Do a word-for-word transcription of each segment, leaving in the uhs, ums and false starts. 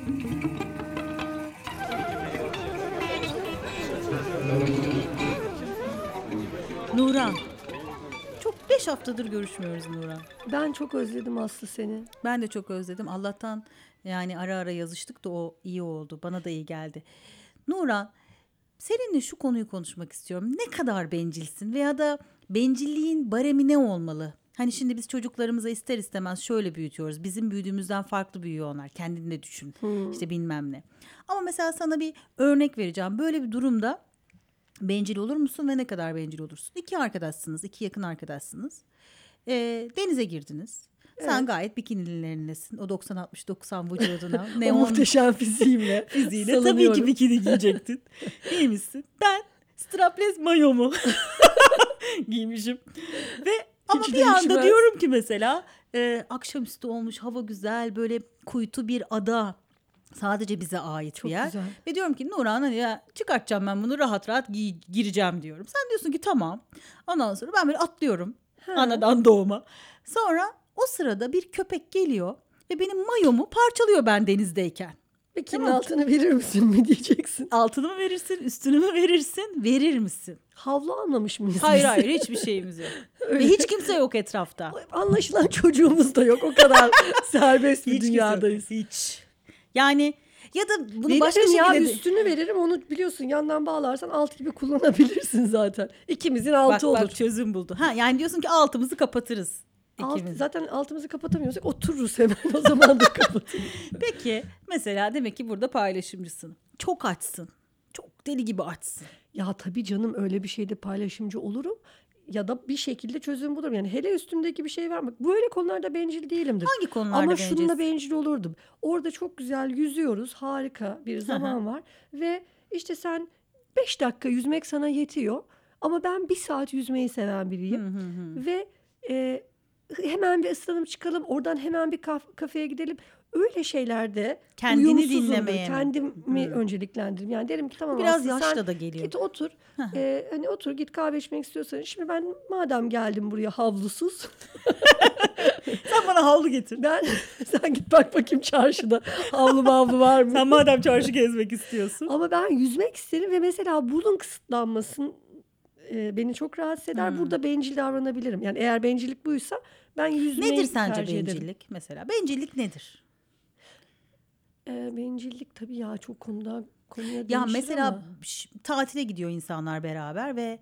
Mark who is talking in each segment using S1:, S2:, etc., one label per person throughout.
S1: Nuran. Çok beş haftadır görüşmüyoruz Nuran.
S2: Ben çok özledim Aslı seni.
S1: Ben de çok özledim. Allah'tan yani ara ara yazıştık da o iyi oldu. Bana da iyi geldi. Nuran, seninle şu konuyu konuşmak istiyorum. Ne kadar bencilsin veya da bencilliğin baremi ne olmalı? Hani şimdi biz çocuklarımıza ister istemez şöyle büyütüyoruz. Bizim büyüdüğümüzden farklı büyüyor onlar. Kendini de düşün. Hmm. İşte bilmem ne. Ama mesela sana bir örnek vereceğim. Böyle bir durumda bencil olur musun ve ne kadar bencil olursun? İki arkadaşsınız, iki yakın arkadaşsınız. E, denize girdiniz. Sen evet. Gayet bikinilerinlesin. O doksan altmış doksan vücuduna.
S2: O muhteşem fiziğimle.
S1: Fiziğiyle tabii ki bikini giyecektin. Giymişsin. Ben strapless mayomu giymişim. Ve ama hiç bir anda değişmez. Diyorum ki mesela e, akşamüstü olmuş, hava güzel, böyle kuytu bir ada. Sadece bize ait çok bir yer. Güzel. Ve diyorum ki Nurhan hani ya çıkartacağım ben bunu, rahat rahat giy- gireceğim diyorum. Sen diyorsun ki tamam. Ondan sonra ben böyle atlıyorum. Ha. Anadan doğma. Sonra o sırada bir köpek geliyor ve benim mayomu parçalıyor ben denizdeyken.
S2: Peki tamam. Altını verir misin mi diyeceksin?
S1: Altını mı verirsin, üstünü mü verirsin, verir misin?
S2: Havlu almamış mıyız?
S1: Hayır hayır, hiçbir şeyimiz yok. Ve hiç kimse yok etrafta.
S2: Anlaşılan çocuğumuz da yok, o kadar serbest bir
S1: hiç
S2: dünyadayız.
S1: Hiç. Yani ya da bunu
S2: veririm
S1: başka
S2: ya,
S1: şekilde...
S2: üstünü veririm, onu biliyorsun yandan bağlarsan alt gibi kullanabilirsin zaten. İkimizin altı
S1: bak,
S2: olur.
S1: Bak çözüm buldu. Ha, yani diyorsun ki altımızı kapatırız.
S2: Alt, zaten altımızı kapatamıyorsak otururuz hemen o zaman da kapatırız.
S1: Peki mesela demek ki burada paylaşımcısın. Çok açsın. Çok deli gibi açsın.
S2: Ya tabii canım, öyle bir şeyde paylaşımcı olurum. Ya da bir şekilde çözüm bulurum. Yani hele üstümdeki bir şey var mı? Böyle konularda bencil değilimdir.
S1: Hangi konularda
S2: Ama
S1: bencilsin?
S2: şununla bencil olurdum. Orada çok güzel yüzüyoruz. Harika bir zaman var. Ve işte sen beş dakika yüzmek sana yetiyor. Ama ben bir saat yüzmeyi seven biriyim. Ve e, hemen bir ıslanıp çıkalım. Oradan hemen bir kaf- kafeye gidelim. Öyle şeylerde
S1: kendini dinlemeye
S2: kendimi
S1: hmm.
S2: önceliklendiririm. Yani derim ki tamam,
S1: biraz
S2: aslında
S1: yaşla
S2: sen
S1: da geliyor.
S2: Git otur. ee, hani otur, git kahve içmek istiyorsan. Şimdi ben madem geldim buraya havlusuz.
S1: Sen bana havlu getir.
S2: Ben sen git bak bakayım çarşıda havlu havlu var mı?
S1: Sen madem çarşı gezmek istiyorsun.
S2: Ama ben yüzmek isterim ve mesela bunun kısıtlanmasın e, beni çok rahatsız eder. Hmm. Burada bencil davranabilirim. Yani eğer bencillik buysa ben yüzmeyi
S1: nedir sence
S2: tercih ederim.
S1: Bencillik mesela? Bencillik nedir?
S2: E, bencillik tabii ya çok konuda konuya
S1: ya mesela
S2: ama.
S1: tatile gidiyor insanlar beraber ve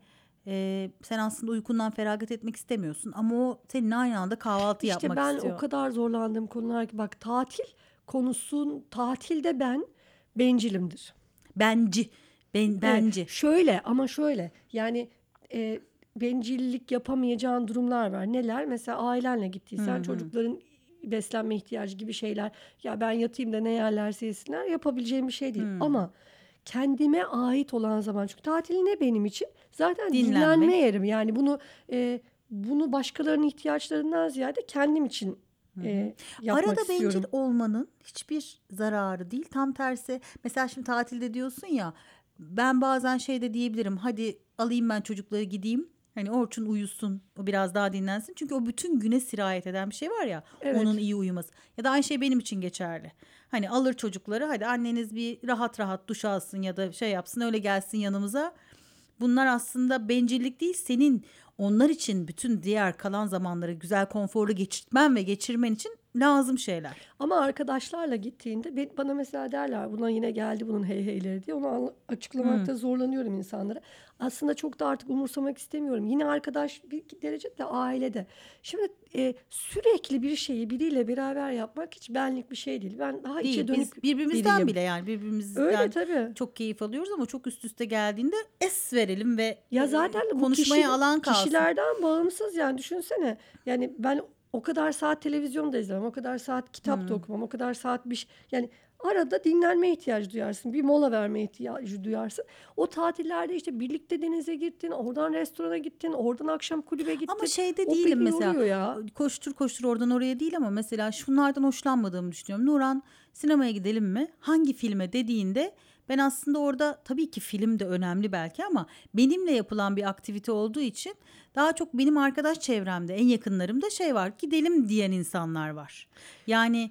S1: e, sen aslında uykundan feragat etmek istemiyorsun ama o senin aynı anda kahvaltı
S2: işte
S1: yapmak
S2: ben
S1: istiyor.
S2: O kadar zorlandığım konular ki bak, tatil konusun tatilde ben bencilimdir.
S1: Benci. Ben, bence.
S2: Evet, şöyle ama şöyle yani e, bencillik yapamayacağın durumlar var. Neler? Mesela ailenle gittiysen Hı-hı. çocukların beslenme ihtiyacı gibi şeyler. Ya ben yatayım da ne yerlerse yesinler, yapabileceğim bir şey değil. Hı. Ama kendime ait olan zaman, çünkü tatil ne benim için? Zaten Dinlenmek. dinlenme yerim. Yani bunu e, bunu başkalarının ihtiyaçlarından ziyade kendim için e, yapmak
S1: Arada
S2: istiyorum.
S1: bencil olmanın hiçbir zararı değil. Tam tersi. Mesela şimdi tatilde diyorsun ya, ben bazen şey de diyebilirim. Hadi alayım ben çocukları, gideyim. Hani Orçun uyusun, o biraz daha dinlensin. Çünkü o bütün güne sirayet eden bir şey var ya, evet. Onun iyi uyuması. Ya da aynı şey benim için geçerli. Hani alır çocukları, hadi anneniz bir rahat rahat duş alsın ya da şey yapsın, öyle gelsin yanımıza. Bunlar aslında bencillik değil, senin onlar için bütün diğer kalan zamanları güzel, konforlu geçirmen ve geçirmen için lazım şeyler.
S2: Ama arkadaşlarla gittiğinde bana mesela derler, buna yine geldi bunun hey heyleri diye, onu açıklamakta hmm. zorlanıyorum insanlara. Aslında çok da artık umursamak istemiyorum. Yine arkadaş bir derecede ailede. Şimdi e, sürekli bir şeyi biriyle beraber yapmak hiç benlik bir şey değil. Ben daha
S1: değil,
S2: içe dönük
S1: biz birbirimizden
S2: biriyim.
S1: bile yani birbirimizden
S2: öyle, tabii.
S1: Çok keyif alıyoruz ama çok üst üste geldiğinde es verelim ve
S2: ya zaten
S1: e, konuşmaya
S2: kişi,
S1: alan kalsın.
S2: Kişilerden bağımsız yani, düşünsene. Yani ben o kadar saat televizyon da izlemem, o kadar saat kitap hmm. da okumam, o kadar saat bir şey. Yani arada dinlenme ihtiyacı duyarsın, bir mola verme ihtiyacı duyarsın. O tatillerde işte birlikte denize gittin, oradan restorana gittin, oradan akşam kulübe gittin.
S1: Ama şeyde değilim mesela.
S2: Ya.
S1: Koştur koştur oradan oraya değil ama mesela şunlardan hoşlanmadığımı düşünüyorum. Nuran, sinemaya gidelim mi? Hangi filme dediğinde ben aslında orada, tabii ki film de önemli belki ama benimle yapılan bir aktivite olduğu için daha çok benim arkadaş çevremde, en yakınlarımda şey var, gidelim diyen insanlar var. Yani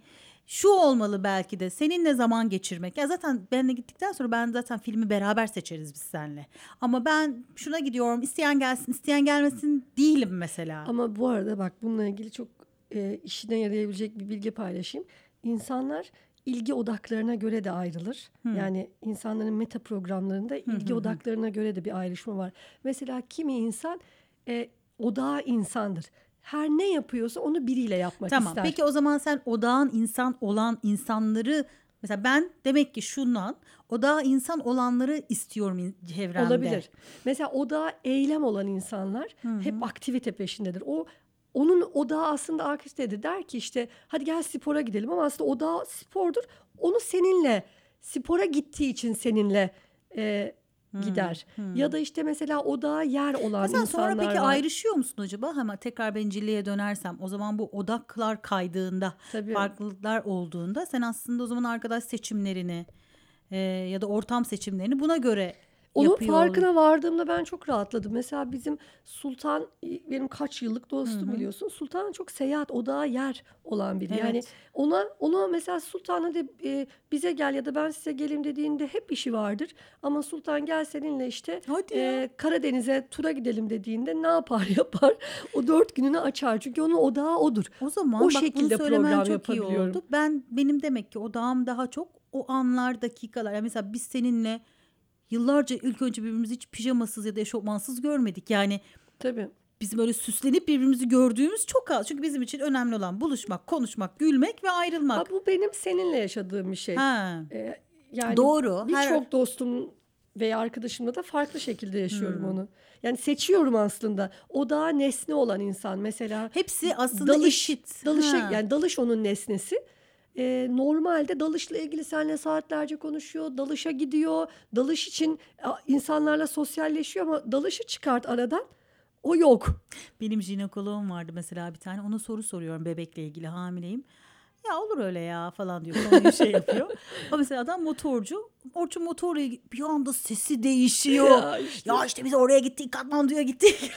S1: şu olmalı belki de seninle zaman geçirmek. Ya zaten benle gittikten sonra ben zaten filmi beraber seçeriz biz seninle. Ama ben şuna gidiyorum, isteyen gelsin, isteyen gelmesin değilim mesela.
S2: Ama bu arada bak bununla ilgili çok e, işine yarayabilecek bir bilgi paylaşayım. İnsanlar ilgi odaklarına göre de ayrılır.
S1: Hmm.
S2: Yani insanların meta programlarında ilgi odaklarına göre de bir ayrışma var. Mesela kimi insan e, odağı insandır. Her ne yapıyorsa onu biriyle yapmak
S1: Tamam.
S2: ister.
S1: Peki o zaman sen odağın insan olan insanları, mesela ben demek ki şundan odağı insan olanları istiyorum in- çevremde.
S2: Olabilir. Mesela odağı eylem olan insanlar hep aktivite peşindedir. O onun odağı aslında aktivitedir. Der ki işte hadi gel spora gidelim ama aslında odağı spordur. Onu seninle spora gittiği için seninle e, gider. Ya da işte mesela odağı yer olan
S1: Mesela
S2: insanlar
S1: sonra peki
S2: var.
S1: ayrışıyor musun acaba? Ama tekrar bencilliğe dönersem o zaman bu odaklar kaydığında,
S2: Tabii.
S1: farklılıklar olduğunda sen aslında o zaman arkadaş seçimlerini e, ya da ortam seçimlerini buna göre
S2: Onun
S1: yapıyor
S2: farkına vardığımda ben çok rahatladım. Mesela bizim Sultan benim kaç yıllık dostum biliyorsun. Sultan çok seyahat odağı yer olan biri.
S1: Evet.
S2: Yani ona ona mesela Sultan hadi e, bize gel ya da ben size geleyim dediğinde hep işi vardır. Ama Sultan gel seninle işte
S1: Hadi ya.
S2: e, Karadeniz'e tura gidelim dediğinde ne yapar yapar. O dört gününü açar. Çünkü onun odağı odur.
S1: O zaman
S2: O
S1: bak
S2: şekilde
S1: bunu söylemen
S2: program
S1: çok iyi
S2: yapabiliyorum.
S1: oldu. Ben benim demek ki odağım daha çok o anlar, dakikalar. Yani mesela biz seninle yıllarca ilk önce birbirimizi hiç pijamasız ya da eşofmansız görmedik. Yani
S2: Tabii.
S1: bizim öyle süslenip birbirimizi gördüğümüz çok az. Çünkü bizim için önemli olan buluşmak, konuşmak, gülmek ve
S2: Ha,
S1: ayrılmak.
S2: bu benim seninle yaşadığım bir şey.
S1: Ha.
S2: Ee, yani
S1: Doğru. Her-
S2: birçok dostum veya arkadaşımla da farklı şekilde yaşıyorum
S1: Hmm.
S2: onu. Yani seçiyorum aslında. O daha nesne olan insan mesela.
S1: Hepsi aslında
S2: dalış,
S1: eşit.
S2: Dalışa,
S1: Ha.
S2: yani dalış onun nesnesi. Ee, normalde dalışla ilgili seninle saatlerce konuşuyor. Dalışa gidiyor. Dalış için a, insanlarla sosyalleşiyor ama dalışı çıkart aradan. O yok.
S1: Benim jinekoloğum vardı mesela bir tane. Ona soru soruyorum bebekle ilgili, hamileyim. Ya olur öyle ya falan diyor. Konuyu şey yapıyor. Ama mesela adam motorcu. Orçun motorla ilgili bir anda sesi değişiyor.
S2: Ya işte.
S1: Ya işte biz oraya gittik, Katmandu'ya gittik.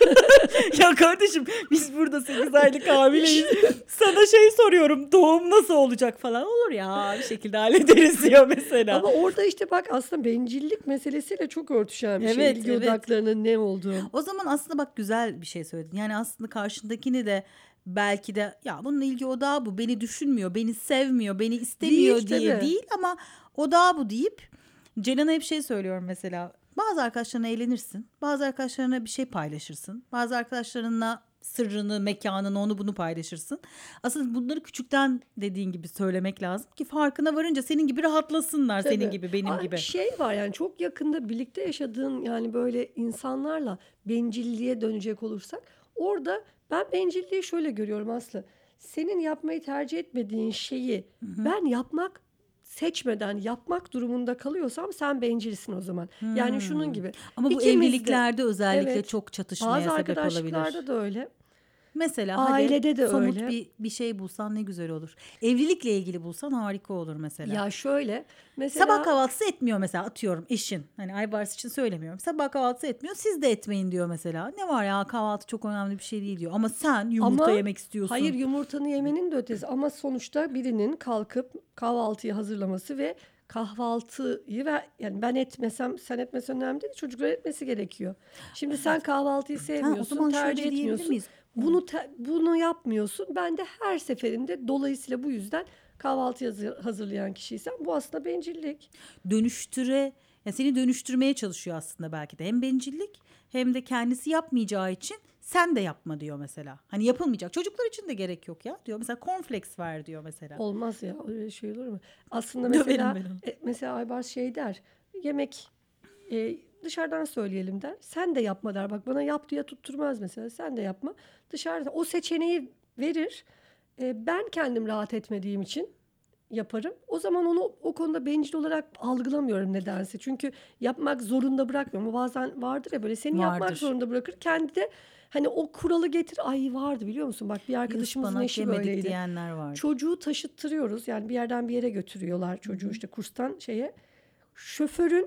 S1: Ya kardeşim biz burada sekiz aylık hamileyiz. Sana şey soruyorum, doğum nasıl olacak falan. Olur ya bir şekilde hallederiz diyor mesela.
S2: Ama orada işte bak aslında bencillik meselesiyle çok örtüşen bir şey.
S1: Evet,
S2: İlgi
S1: evet.
S2: odaklarının ne olduğu.
S1: O zaman aslında bak güzel bir şey söyledin. Yani aslında karşındakini de belki de ya bunun ilgi odağı bu. Beni düşünmüyor, beni sevmiyor, beni istemiyor
S2: Değil,
S1: diye
S2: tabii.
S1: değil ama odağı bu deyip Celal'a hep şey söylüyorum mesela. Bazı arkadaşlarına eğlenirsin. Bazı arkadaşlarına bir şey paylaşırsın. Bazı arkadaşlarınla sırrını, mekanını, onu bunu paylaşırsın. Aslında bunları küçükten dediğin gibi söylemek lazım ki farkına varınca senin gibi rahatlasınlar. Senin
S2: Tabii.
S1: gibi, benim
S2: Aa,
S1: gibi.
S2: Şey var yani çok yakında birlikte yaşadığın yani böyle insanlarla bencilliğe dönecek olursak orada ben bencilliği şöyle görüyorum Aslı. Senin yapmayı tercih etmediğin şeyi ben yapmak seçmeden yapmak durumunda kalıyorsam sen bencilsin o zaman. Yani şunun gibi.
S1: Ama bu
S2: İkimiz de-
S1: evliliklerde özellikle
S2: Evet.
S1: çok çatışmaya
S2: Bazı
S1: sebep
S2: arkadaşlıklarda
S1: olabilir.
S2: da öyle.
S1: Mesela
S2: Ailede
S1: hadi
S2: de
S1: somut
S2: öyle.
S1: bir bir şey bulsan ne güzel olur. Evlilikle ilgili bulsan harika olur mesela.
S2: Ya şöyle mesela
S1: Sabah kahvaltısı etmiyor mesela, atıyorum eşin. Hani Aybars için söylemiyorum. Sabah kahvaltısı etmiyor. Siz de etmeyin diyor mesela. Ne var ya, kahvaltı çok önemli bir şey değil diyor. Ama sen yumurta
S2: Ama
S1: yemek istiyorsun.
S2: hayır, yumurtanı yemenin de ötesi ama sonuçta birinin kalkıp kahvaltıyı hazırlaması ve kahvaltıyı ve yani ben etmesem sen etmesen önemli değil, çocuklar etmesi gerekiyor. Şimdi sen kahvaltıyı
S1: Ha, o
S2: sevmiyorsun,
S1: zaman
S2: tercih
S1: şöyle diyebilir
S2: etmiyorsun.
S1: miyiz?
S2: Bunu te- bunu yapmıyorsun. Ben de her seferinde dolayısıyla bu yüzden kahvaltı hazır- hazırlayan kişiysem bu aslında bencillik.
S1: Dönüştüre, ya seni dönüştürmeye çalışıyor aslında belki de. Hem bencillik hem de kendisi yapmayacağı için sen de yapma diyor mesela. Hani yapılmayacak. Çocuklar için de gerek yok ya diyor. Mesela cornflakes ver diyor mesela.
S2: Olmaz ya, öyle şey olur mu? Aslında
S1: Döverim
S2: mesela
S1: ben onu.
S2: e, mesela Aybars şey der. Yemek e, dışarıdan söyleyelim der. Sen de yapma der. Bak bana yap diye tutturmaz mesela. Sen de yapma. Dışarıda o seçeneği verir. E, ben kendim rahat etmediğim için yaparım. O zaman onu o konuda bencil olarak algılamıyorum nedense. Çünkü yapmak zorunda bırakmıyorum. Ama bazen vardır ya böyle seni yapmak
S1: Vardır.
S2: zorunda bırakır. Kendi de hani o kuralı getir. Ay vardı biliyor musun? Bak bir arkadaşımızın
S1: Ispanak
S2: eşi
S1: yemedik
S2: böyleydi.
S1: diyenler vardı.
S2: Çocuğu taşıttırıyoruz. Yani bir yerden bir yere götürüyorlar çocuğu işte kurstan şeye. Şoförün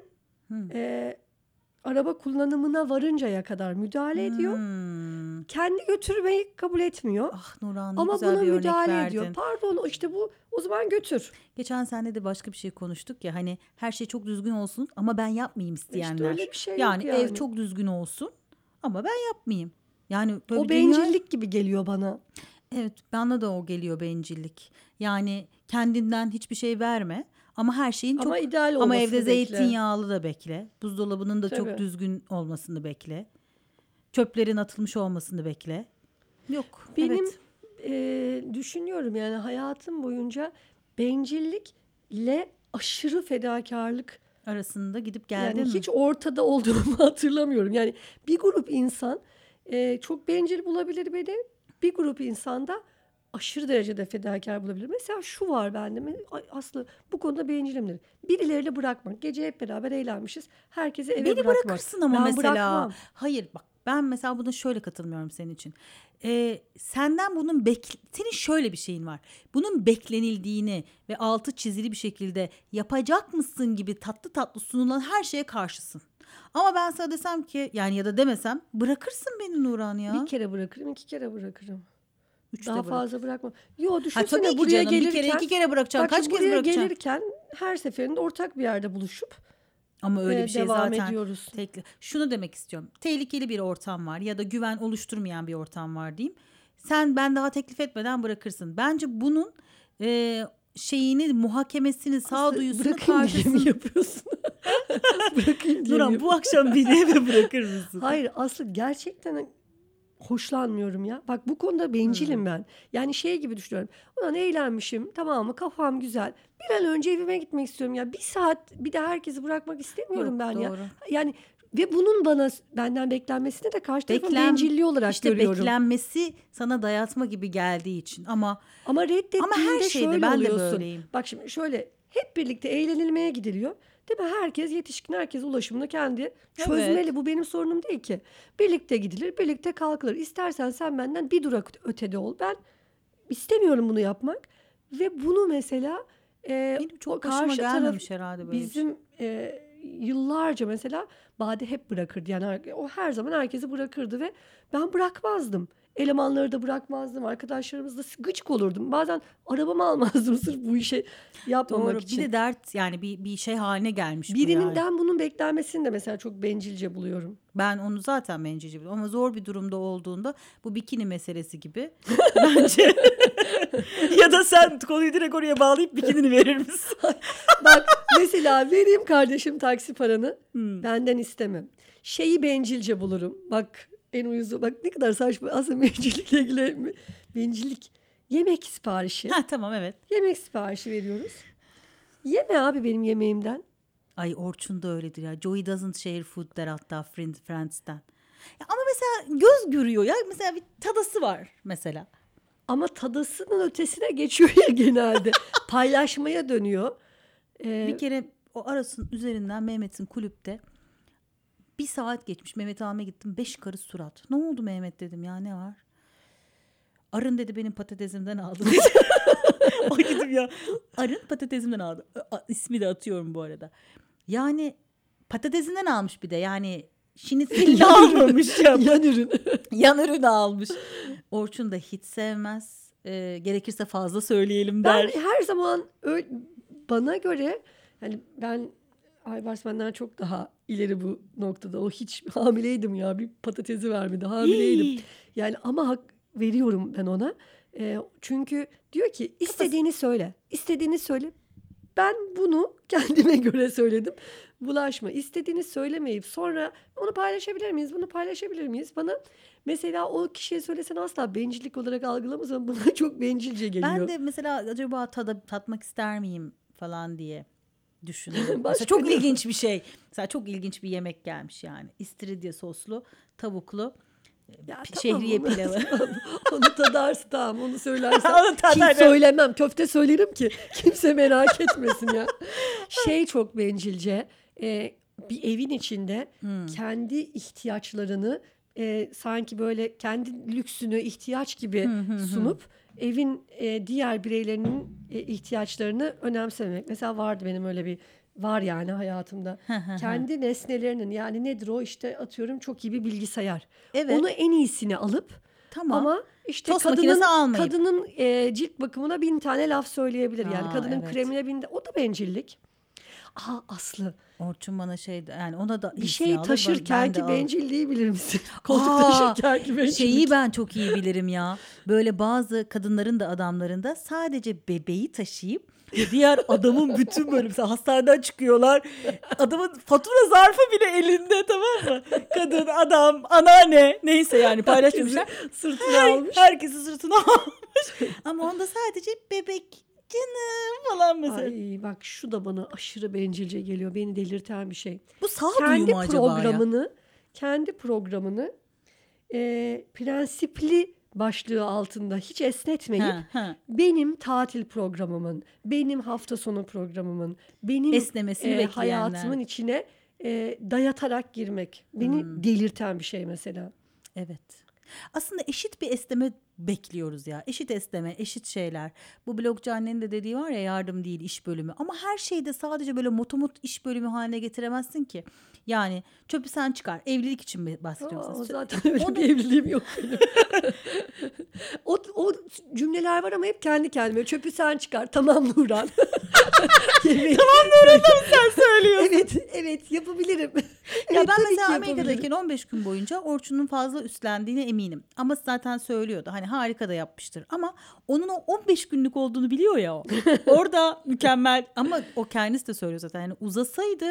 S2: e, araba kullanımına varıncaya kadar müdahale ediyor.
S1: Hmm.
S2: Kendi götürmeyi kabul etmiyor.
S1: Ah Nurhan, ne
S2: Ama
S1: güzel
S2: buna
S1: bir örnek
S2: müdahale
S1: verdin.
S2: ediyor. Pardon işte bu O zaman götür.
S1: Geçen sene de başka bir şey konuştuk ya, hani her şey çok düzgün olsun ama ben yapmayayım isteyenler.
S2: İşte öyle bir şey yok
S1: yani,
S2: yani.
S1: ev çok düzgün olsun ama ben yapmayayım. Yani böyle
S2: O
S1: bir dünya...
S2: bencillik gibi geliyor bana.
S1: Evet, bana da o geliyor, bencillik. Yani kendinden hiçbir şey verme ama her şeyin
S2: Ama
S1: çok
S2: ideal
S1: ama evde
S2: olmasını bekle.
S1: zeytinyağlı da bekle. Buzdolabının da çok
S2: Tabii.
S1: düzgün olmasını bekle. Çöplerin atılmış olmasını bekle. Yok.
S2: Benim
S1: Evet.
S2: e, düşünüyorum yani hayatım boyunca bencillikle aşırı fedakarlık
S1: Arasında gidip geldin
S2: yani
S1: mi?
S2: hiç ortada olduğumu hatırlamıyorum. Yani bir grup insan e, çok bencil bulabilir beni. Bir grup insan da aşırı derecede fedakar bulabilir. Mesela şu var bende. mi- Ay, Aslı bu konuda bencilimdir. Birileriyle bırakmak. Gece hep beraber eğlenmişiz. Herkesi eve
S1: Beni
S2: bırakmak.
S1: bırakırsın ama
S2: Ben
S1: mesela.
S2: bırakmam.
S1: Hayır bak, ben mesela buna şöyle katılmıyorum senin için. Ee, senden bunun bek senin şöyle bir şeyin var. Bunun beklenildiğini ve altı çizili bir şekilde yapacak mısın gibi tatlı tatlı sunulan her şeye karşısın. Ama ben sana desem ki yani, ya da demesem, bırakırsın beni Nuran ya.
S2: Bir kere bırakırım, iki kere bırakırım.
S1: Üçte
S2: Daha
S1: bırak.
S2: fazla bırakmam. Yo
S1: Ha,
S2: düşünsene
S1: tabii ki
S2: buraya
S1: canım, bir
S2: gelirken.
S1: kere iki kere bırakacaksın.
S2: Bak
S1: Kaç
S2: şimdi
S1: kez
S2: buraya
S1: bırakacaksın?
S2: gelirken her seferinde ortak bir yerde buluşup
S1: Ama öyle
S2: e,
S1: bir şey
S2: devam
S1: zaten
S2: ediyoruz.
S1: tekli. Şunu demek istiyorum. Tehlikeli bir ortam var ya da güven oluşturmayan bir ortam var diyeyim. Sen ben daha teklif etmeden bırakırsın. Bence bunun e, şeyini, muhakemesini, sağduyusunu
S2: Bırakayım diye mi
S1: karşısın.
S2: yapıyorsun? Bırakayım diye mi
S1: Nuran, bu
S2: yapıyorsun?
S1: akşam beni eve bırakır mısın?
S2: Hayır Aslı gerçekten hoşlanmıyorum ya. Bak bu konuda bencilim
S1: Hmm.
S2: ben. Yani şey gibi düşünüyorum. Ulan eğlenmişim tamam mı kafam güzel. Bir an önce evime gitmek istiyorum ya. Bir saat bir de herkesi bırakmak istemiyorum
S1: Yok,
S2: ben ya.
S1: doğru.
S2: Yani ve bunun bana benden beklenmesini de karşı tarafın
S1: Beklem,
S2: bencilliği olarak
S1: işte
S2: görüyorum.
S1: beklenmesi sana dayatma gibi geldiği için ama
S2: Ama
S1: ama her
S2: reddettiğinde
S1: şeyde
S2: şöyle
S1: ben de
S2: oluyorsun.
S1: böyleyim.
S2: Bak şimdi şöyle hep birlikte eğlenilmeye gidiliyor. Değil mi? Herkes yetişkin, herkes ulaşımını kendi çözmeli.
S1: Evet.
S2: Bu benim sorunum değil ki. Birlikte gidilir, birlikte kalkılır. İstersen sen benden bir durak ötede ol. Ben istemiyorum bunu yapmak. Ve bunu mesela e,
S1: Benim
S2: o
S1: çok başıma
S2: karşı taraf
S1: gelmemiş herhalde böyle bir şey.
S2: bizim e, yıllarca mesela Bade hep bırakırdı. Yani her- o her zaman herkesi bırakırdı ve ben bırakmazdım. Elemanları da bırakmazdım. Arkadaşlarımızla gıcık olurdum. Bazen arabamı almazdım sırf bu işe yapmamak
S1: Doğru.
S2: için.
S1: Bir de dert yani, bir bir şey haline gelmiş bu yani.
S2: Birinden bunun beklenmesini de mesela çok bencilce buluyorum.
S1: Ben onu zaten bencilce biliyorum ama zor bir durumda olduğunda bu bikini meselesi gibi bence. Ya da sen konuyu direkt oraya bağlayıp bikinini verir misin?
S2: Bak mesela vereyim kardeşim taksi paranı.
S1: Hmm.
S2: Benden istemem. Şeyi bencilce bulurum. Bak en uyuzu. Bak ne kadar saçma. Aslında bencillikle ilgili mi? Bencillik. Yemek siparişi.
S1: Ha, tamam, evet.
S2: Yemek siparişi veriyoruz. Yeme abi benim yemeğimden.
S1: Ay, Orçun da öyledir ya. Joey doesn't share food der hatta Friend, Friends'ten. Ya ama mesela göz görüyor ya. Mesela bir tadası var mesela.
S2: Ama tadısının ötesine geçiyor ya genelde. Paylaşmaya dönüyor. Ee,
S1: Bir kere o arasının üzerinden Mehmet'in kulüpte bir saat geçmiş. Mehmet almaya gittim. Beş karı surat. Ne oldu Mehmet dedim ya, ne var? Arın dedi benim patatesimden aldı dedi. O dedim ya, arın patatesimden aldı. A- İsmi de atıyorum bu arada. Yani patatesinden almış bir de, yani şinitselini almamış ya.
S2: yan ürün.
S1: Yan ürünü almış. Orçun da hiç sevmez. Ee, gerekirse fazla söyleyelim der.
S2: Ben her zaman öyle, bana göre yani ben Aybars benden çok daha ileri bu noktada. O hiç hamileydim ya. Bir patatesi vermedi. Hamileydim. Yani ama hak veriyorum ben ona. Ee, çünkü diyor ki istediğini söyle. İstediğini söyle. Ben bunu kendime göre söyledim. Bulaşma. İstediğini söylemeyip sonra onu paylaşabilir miyiz? Bunu paylaşabilir miyiz? Bana mesela o kişiye söylesen asla bencillik olarak algılamaz ama bana çok bencilce geliyor.
S1: Ben de mesela acaba tada, tatmak ister miyim falan diye düşünüyorum.
S2: Başka
S1: Mesela çok
S2: ne?
S1: ilginç bir şey. Mesela çok ilginç bir yemek gelmiş yani. İstiridye soslu, tavuklu,
S2: Ya
S1: pi-
S2: tamam,
S1: şehriye
S2: onu-
S1: pilavı.
S2: Onu tadarsın tamam onu söylersen.
S1: Onu
S2: Ki
S1: tadarım.
S2: söylemem. Köfte söylerim ki kimse merak etmesin ya. Şey çok bencilce. e, bir evin içinde
S1: Hmm.
S2: kendi ihtiyaçlarını e, sanki böyle kendi lüksünü ihtiyaç gibi
S1: Hı hı hı.
S2: sunup evin e, diğer bireylerinin e, ihtiyaçlarını önemsememek. Mesela vardı benim öyle bir var yani hayatımda. Kendi nesnelerinin yani nedir o işte atıyorum çok iyi bir bilgisayar.
S1: Evet.
S2: Onu en iyisini alıp
S1: Tamam.
S2: ama İşte
S1: Tost
S2: kadının
S1: makinesi almayıp.
S2: kadının e, cilt bakımına bin tane laf söyleyebilir. Yani
S1: Aa,
S2: kadının
S1: evet.
S2: kremine bin de, o da bencillik. Aa Aslı,
S1: Orçun bana şey yani ona da
S2: bir
S1: iyisini
S2: şey
S1: alır, ben
S2: taşırken
S1: de
S2: ki
S1: alırım.
S2: bencilliği bilir misin? Koltuk
S1: Aa,
S2: taşırken ki bencillik.
S1: şeyi ben çok iyi bilirim ya. Böyle bazı kadınların da adamların da sadece bebeği taşıyıp diğer adamın bütün böyle mesela hastaneden çıkıyorlar. Adamın fatura zarfı bile elinde, tamam mı? Kadın, adam, anneanne neyse yani paylaşmamışlar.
S2: Herkesi sırtına
S1: Her,
S2: almış.
S1: herkesi sırtına almış. Ama onda sadece bebek canım falan mesela.
S2: Ay bak, şu da bana aşırı bencilce geliyor. Beni delirten bir şey.
S1: Bu sağduyu
S2: Kendi
S1: mu acaba ya?
S2: programını, kendi programını e, prensipli başlığı altında hiç esnetmeyip
S1: Ha, ha.
S2: benim tatil programımın, benim hafta sonu programımın, benim
S1: Esnemesini
S2: e,
S1: bekleyenler.
S2: hayatımın içine e, dayatarak girmek beni
S1: Hmm.
S2: delirten bir şey mesela.
S1: Evet. Aslında eşit bir esneme bekliyoruz ya. Eşit esneme, eşit şeyler. Bu blogcu annenin de dediği var ya, yardım değil iş bölümü. Ama her şeyde sadece böyle motomot iş bölümü haline getiremezsin ki. Yani çöpü sen çıkar. Evlilik için mi bahsediyorum?
S2: Aa,
S1: sana?
S2: zaten öyle
S1: Onu-
S2: bir evliliğim yok benim. o, o cümleler var ama hep kendi kendime. Çöpü sen çıkar. Tamam Nurhan. Tamam Nurhan,
S1: Sen söylüyorsun.
S2: evet, evet yapabilirim.
S1: Ya
S2: Evet,
S1: ben
S2: tabii ki
S1: mesela
S2: yapabilirim.
S1: Amerika'dayken on beş gün boyunca Orçun'un fazla üstlendiğine eminim. Ama zaten söylüyordu. Hani harika da yapmıştır. Ama onun o on beş günlük olduğunu biliyor ya o. Orada mükemmel. Ama o kendisi de söylüyor zaten. Yani uzasaydı,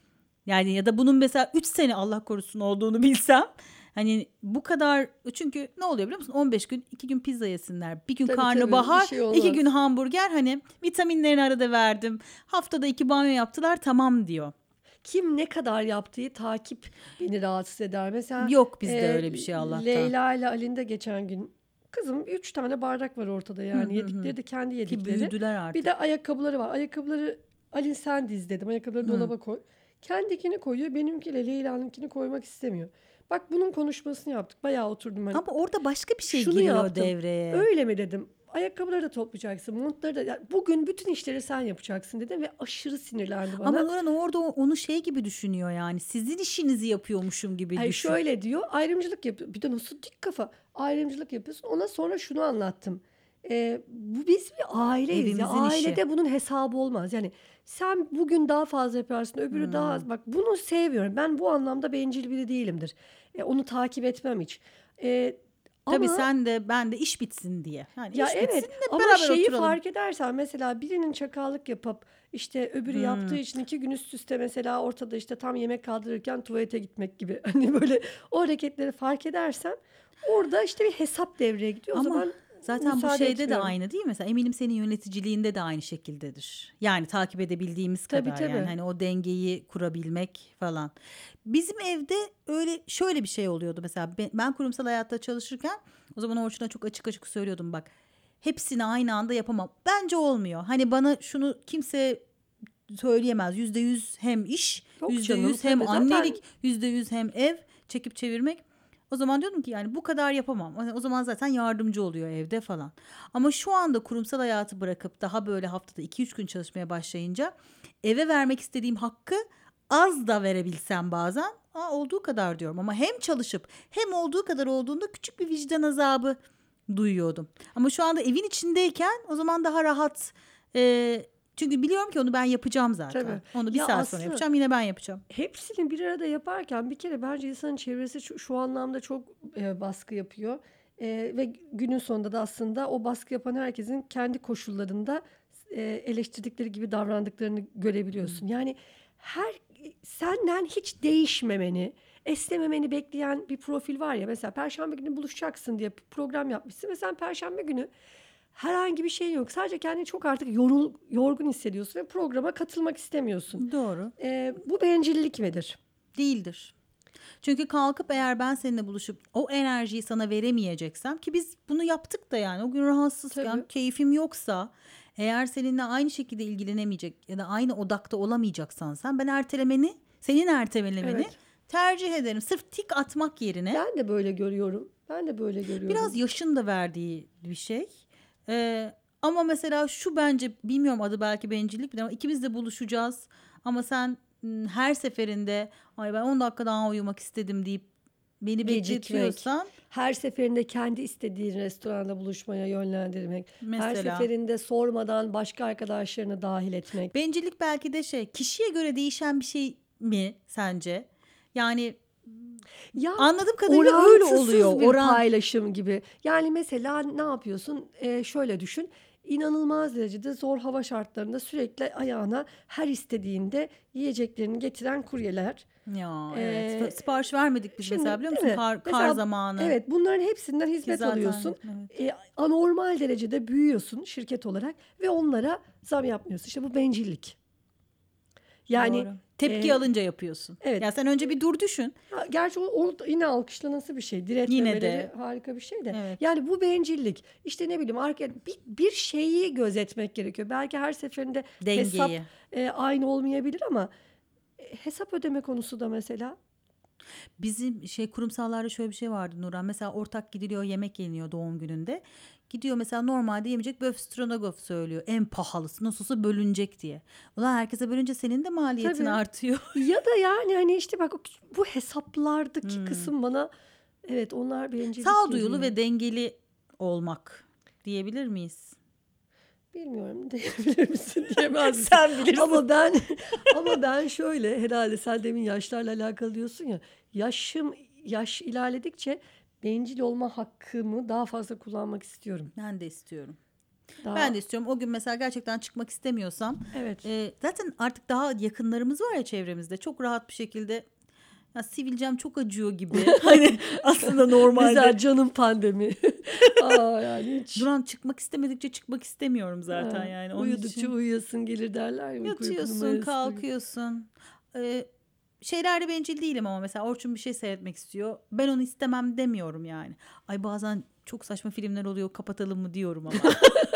S1: yani ya da bunun mesela üç sene Allah korusun olduğunu bilsem. Hani bu kadar, çünkü ne oluyor biliyor musun? on beş gün, iki gün pizza yesinler. Bir gün
S2: Tabii,
S1: karnabahar,
S2: tabii, bir şey olmaz.
S1: iki gün hamburger. Hani vitaminlerini arada verdim. Haftada iki banyo yaptılar, tamam diyor.
S2: Kim ne kadar yaptığı takip beni rahatsız eder. Mesela
S1: Yok bizde
S2: e,
S1: öyle bir şey Allah'tan.
S2: Leyla ile Alin'de geçen gün, kızım üç tane bardak var ortada yani.
S1: Hı hı hı.
S2: Yedikleri de kendi
S1: Ki
S2: yedikleri.
S1: büyüdüler artık.
S2: Bir de ayakkabıları var. Ayakkabıları Alin sen diz dedim. Ayakkabıları
S1: Hı.
S2: dolaba koy. Kendikini koyuyor. Benimkiyle Leyla'nınkini koymak istemiyor. Bak, bunun konuşmasını yaptık. Bayağı oturdum ben.
S1: Ama orada başka bir şey
S2: Şunu
S1: giriyor
S2: yaptım.
S1: devreye.
S2: Öyle mi dedim. Ayakkabıları da toplayacaksın. Montları da. Yani bugün bütün işleri sen yapacaksın dedim ve aşırı sinirlendi bana.
S1: Ama Nurhan orada o- onu şey gibi düşünüyor yani. Sizin işinizi yapıyormuşum gibi
S2: Hayır,
S1: düşün.
S2: şöyle diyor, ayrımcılık yapıyor. Bir de nasıl dik kafa ayrımcılık yapıyorsun. Ona sonra şunu anlattım. Ee, bu biz bir aileyiz. Ya,
S1: Evimizin işi.
S2: ailede bunun hesabı olmaz. Yani sen bugün daha fazla yaparsın, öbürü
S1: Hmm.
S2: daha az. Bak, bunu sevmiyorum. Ben bu anlamda bencil biri değilimdir. E, onu takip etmem hiç. E,
S1: Tabii
S2: ama
S1: sen de ben de iş bitsin diye. Yani
S2: ya
S1: iş
S2: evet,
S1: bitsin hep
S2: ama
S1: beraber
S2: şeyi
S1: oturalım.
S2: fark edersen mesela birinin çakallık yapıp işte öbürü
S1: Hmm.
S2: yaptığı için iki gün üst üste mesela ortada işte tam yemek kaldırırken tuvalete gitmek gibi. Hani böyle o hareketleri fark edersen orada işte bir hesap devreye gidiyor. O
S1: Ama
S2: zaman
S1: zaten bu
S2: müsaade
S1: şeyde de
S2: etmiyorum.
S1: aynı değil mi? Mesela eminim senin yöneticiliğinde de aynı şekildedir. Yani takip edebildiğimiz
S2: Tabii,
S1: kadar
S2: tabii.
S1: yani hani o dengeyi kurabilmek falan. Bizim evde öyle şöyle bir şey oluyordu mesela ben, ben kurumsal hayatta çalışırken o zaman Orçun'a çok açık açık söylüyordum, bak hepsini aynı anda yapamam. Bence olmuyor. Hani bana şunu kimse söyleyemez. Yüzde yüz hem iş,
S2: Yok
S1: yüzde
S2: canım,
S1: yüz hem
S2: tabii. Zaten-
S1: annelik, yüzde yüz hem ev çekip çevirmek. O zaman diyordum ki yani bu kadar yapamam. Hani o zaman zaten yardımcı oluyor evde falan. Ama şu anda kurumsal hayatı bırakıp daha böyle haftada iki üç gün çalışmaya başlayınca eve vermek istediğim hakkı az da verebilsem bazen aa, olduğu kadar diyorum. Ama hem çalışıp hem olduğu kadar olduğunda küçük bir vicdan azabı duyuyordum. Ama şu anda evin içindeyken o zaman daha rahat. E, çünkü biliyorum ki onu ben yapacağım zaten.
S2: Tabii.
S1: Onu bir
S2: Ya
S1: saat sonra
S2: Aslı,
S1: yapacağım, yine ben yapacağım.
S2: hepsini bir arada yaparken bir kere bence insanın çevresi şu, şu anlamda çok e, baskı yapıyor. E, ve günün sonunda da aslında o baskı yapan herkesin kendi koşullarında e, eleştirdikleri gibi davrandıklarını görebiliyorsun. Yani her senden hiç değişmemeni, esnememeni bekleyen bir profil var ya. Mesela Perşembe günü buluşacaksın diye program yapmışsın ve sen Perşembe günü herhangi bir şey yok. Sadece kendini çok artık yorul, yorgun hissediyorsun ve programa katılmak istemiyorsun.
S1: Doğru.
S2: Ee, bu bencillik midir?
S1: Değildir. Çünkü kalkıp eğer ben seninle buluşup o enerjiyi sana veremeyeceksem, ki biz bunu yaptık da yani o gün rahatsızken
S2: Tabii.
S1: keyfim yoksa, eğer seninle aynı şekilde ilgilenemeyecek ya da aynı odakta olamayacaksan sen, ben ertelemeni, senin ertelemeni
S2: Evet.
S1: tercih ederim. Sırf tik atmak yerine.
S2: Ben de böyle görüyorum. Ben de böyle görüyorum.
S1: Biraz yaşın da verdiği bir şey. Ee, ama mesela şu, bence bilmiyorum adı belki bencillik ama ikimiz de buluşacağız. Ama sen m, her seferinde ay ben on dakika daha uyumak istedim deyip beni
S2: Gecikmek.
S1: bekletiyorsan
S2: Her seferinde kendi istediğin restoranda buluşmaya yönlendirmek. Her
S1: mesela.
S2: seferinde sormadan başka arkadaşlarını dahil etmek.
S1: Bencillik belki de şey, kişiye göre değişen bir şey mi sence? Yani
S2: Ya
S1: anladığım kadarıyla öyle
S2: oransız
S1: oluyor.
S2: bir
S1: Oran
S2: paylaşım gibi. Yani mesela ne yapıyorsun? Ee, şöyle düşün. İnanılmaz derecede zor hava şartlarında sürekli ayağına her istediğinde yiyeceklerini getiren kuryeler.
S1: ya evet.
S2: Ee,
S1: Fa- Sipariş vermedik biz
S2: Şimdi
S1: mesela biliyor
S2: değil
S1: musun?
S2: mi?
S1: Kar, kar
S2: Mesela
S1: zamanı
S2: evet, bunların hepsinden
S1: ki
S2: hizmet
S1: zaten
S2: alıyorsun.
S1: evet.
S2: E, anormal derecede büyüyorsun şirket olarak ve onlara zam yapmıyorsun. İşte bu bencillik. Yani
S1: Doğru. Tepki
S2: e,
S1: alınca yapıyorsun.
S2: evet.
S1: Ya sen önce bir dur düşün.
S2: Ha, gerçi o, o da yine alkışlanası bir şey.
S1: Yine
S2: Diretmemeleri
S1: de
S2: harika bir şey de.
S1: evet.
S2: Yani bu bencillik. İşte ne bileyim arka, bir, bir şeyi gözetmek gerekiyor. Belki her seferinde hesap
S1: Dengeyi.
S2: e, aynı olmayabilir ama e, hesap ödeme konusu da mesela.
S1: Bizim şey kurumsallarda şöyle bir şey vardı Nurhan. Mesela ortak gidiliyor, yemek yeniyor doğum gününde. Gidiyor mesela normalde yemeyecek böf stroganoff söylüyor. En pahalısı nasıl olsa bölünecek diye. Ulan herkese bölünce senin de maliyetin
S2: Tabii.
S1: artıyor.
S2: Ya da yani hani işte bak o- bu hesaplardaki
S1: Hmm.
S2: kısım bana evet onlar bencillik
S1: Sağduyulu
S2: geliyor.
S1: ve dengeli olmak diyebilir miyiz?
S2: Bilmiyorum diyebilir misin diyemez misin?
S1: Sen bilirsin.
S2: Ama ben ama ben şöyle herhalde sen demin yaşlarla alakalı diyorsun ya, yaşım yaş ilerledikçe bencil olma hakkımı daha fazla kullanmak istiyorum.
S1: Ben de istiyorum.
S2: Daha
S1: Ben de istiyorum. O gün mesela gerçekten çıkmak istemiyorsam
S2: evet.
S1: e, zaten artık daha yakınlarımız var ya çevremizde. Çok rahat bir şekilde ya sivilcem çok acıyor gibi. Hani aslında normalde.
S2: Güzel canım pandemi. Aa yani hiç.
S1: Duran çıkmak istemedikçe çıkmak istemiyorum zaten
S2: Ha,
S1: yani. Onun
S2: uyudukça
S1: için
S2: uyuyasın gelir derler ya. Uyku uyku
S1: yatıyorsun,
S2: numarası.
S1: kalkıyorsun. Ee, şeylerde bencil değilim ama mesela Orçun bir şey seyretmek istiyor. Ben onu istemem demiyorum yani. Ay bazen çok saçma filmler oluyor kapatalım mı diyorum ama.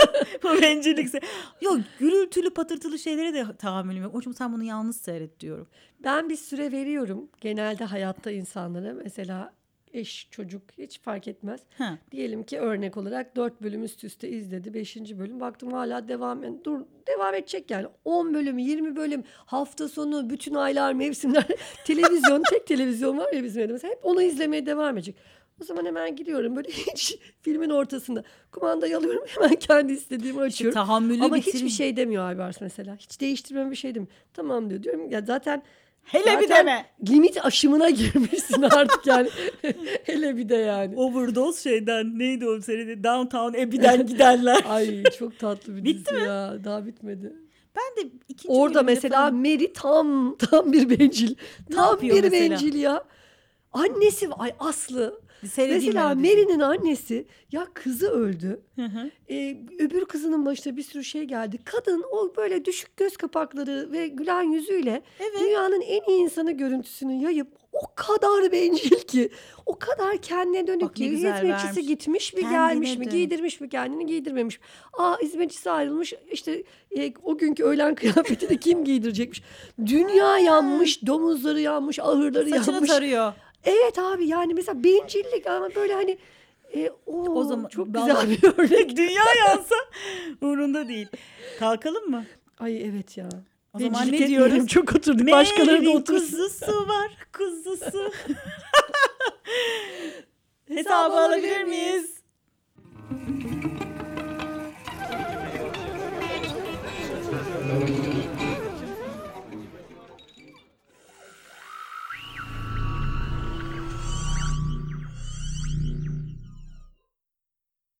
S1: Bu bencillikse. Yok gürültülü patırtılı şeylere de tahammülüm yok. Orçun sen bunu yalnız seyret diyorum.
S2: Ben bir süre veriyorum genelde hayatta insanlara. Mesela eş, çocuk hiç fark etmez.
S1: Ha.
S2: Diyelim ki örnek olarak dört bölüm üst üste izledi. Beşinci bölüm baktım hala devam et. Dur devam edecek yani. On bölüm, yirmi bölüm, hafta sonu, bütün aylar, mevsimler. Televizyon, tek televizyon var ya bizim evde. Mesela hep onu izlemeye devam edecek. O zaman hemen gidiyorum böyle hiç filmin ortasında. Kumandayı alıyorum hemen kendi istediğimi
S1: İşte
S2: açıyorum.
S1: tahammülü
S2: Ama
S1: bitirin.
S2: hiçbir şey demiyor Aybars mesela. Hiç değiştirmem bir şey demiyor. Tamam diyor. Diyorum ya zaten
S1: Hele bir
S2: zaten
S1: deme.
S2: limit aşımına girmişsin artık yani. Hele bir de yani.
S1: Overdose şeyden neydi o seride Downtown Abbey'den gidenler.
S2: Ay çok tatlı bir
S1: Bitti
S2: dizi ya. Daha bitmedi.
S1: Ben de ikinci
S2: Orada
S1: bölümde
S2: mesela
S1: falan-
S2: Mary tam tam bir bencil.
S1: Ne
S2: Tam
S1: yapıyor
S2: bir
S1: mesela?
S2: bencil ya. Annesi ay Aslı.
S1: Seyredeyim
S2: Mesela
S1: ben o diziyi.
S2: Mary'nin annesi ya kızı öldü.
S1: Hı hı.
S2: Ee, öbür kızının başına bir sürü şey geldi. Kadın o böyle düşük göz kapakları ve gülen yüzüyle
S1: Evet.
S2: dünyanın en iyi insanı görüntüsünü yayıp o kadar bencil ki, o kadar kendine dönük
S1: Bak ne
S2: ki,
S1: güzel
S2: hizmetçisi
S1: vermiş.
S2: gitmiş mi
S1: Kendine
S2: gelmiş mi,
S1: dönük.
S2: giydirmiş mi kendini giydirmemiş. Aa hizmetçisi ayrılmış işte e, o günkü öğlen kıyafeti de kim giydirecekmiş. Dünya yanmış, domuzları yanmış, ahırları
S1: Saçını
S2: yanmış.
S1: tarıyor.
S2: Evet abi yani mesela bencillik ama böyle hani e, o,
S1: O zaman
S2: çok
S1: vallahi-
S2: güzel bir örnek.
S1: Dünya yansa umurunda değil. Kalkalım mı?
S2: Ay evet ya.
S1: O zaman
S2: Bencillik
S1: ne
S2: etmeyelim,
S1: diyoruz?
S2: çok oturduk. Başkaları da
S1: Mary'nin
S2: otursun.
S1: kuzusu var kuzusu. Hesabı alabilir miyiz?